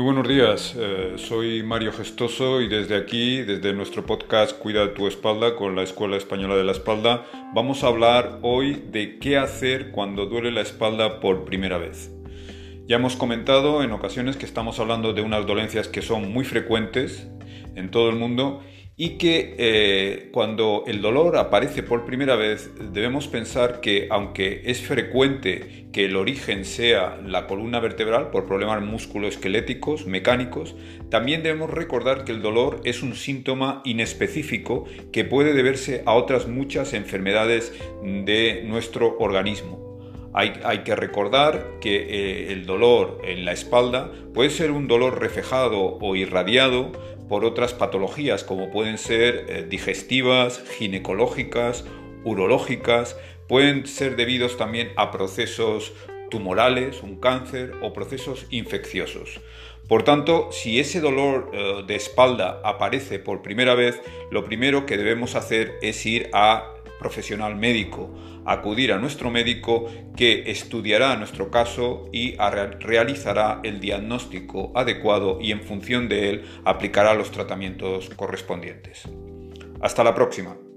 Muy buenos días, soy Mario Gestoso y desde aquí, desde nuestro podcast Cuida tu espalda con la Escuela Española de la Espalda, vamos a hablar hoy de qué hacer cuando duele la espalda por primera vez. Ya hemos comentado en ocasiones que estamos hablando de unas dolencias que son muy frecuentes en todo el mundo y que cuando el dolor aparece por primera vez debemos pensar que aunque es frecuente que el origen sea la columna vertebral por problemas musculoesqueléticos, mecánicos, también debemos recordar que el dolor es un síntoma inespecífico que puede deberse a otras muchas enfermedades de nuestro organismo. Hay que recordar que el dolor en la espalda puede ser un dolor reflejado o irradiado por otras patologías como pueden ser digestivas, ginecológicas, urológicas, pueden ser debidos también a procesos tumorales, un cáncer o procesos infecciosos. Por tanto, si ese dolor de espalda aparece por primera vez, lo primero que debemos hacer es ir a profesional médico, acudir a nuestro médico que estudiará nuestro caso y realizará el diagnóstico adecuado y en función de él aplicará los tratamientos correspondientes. Hasta la próxima.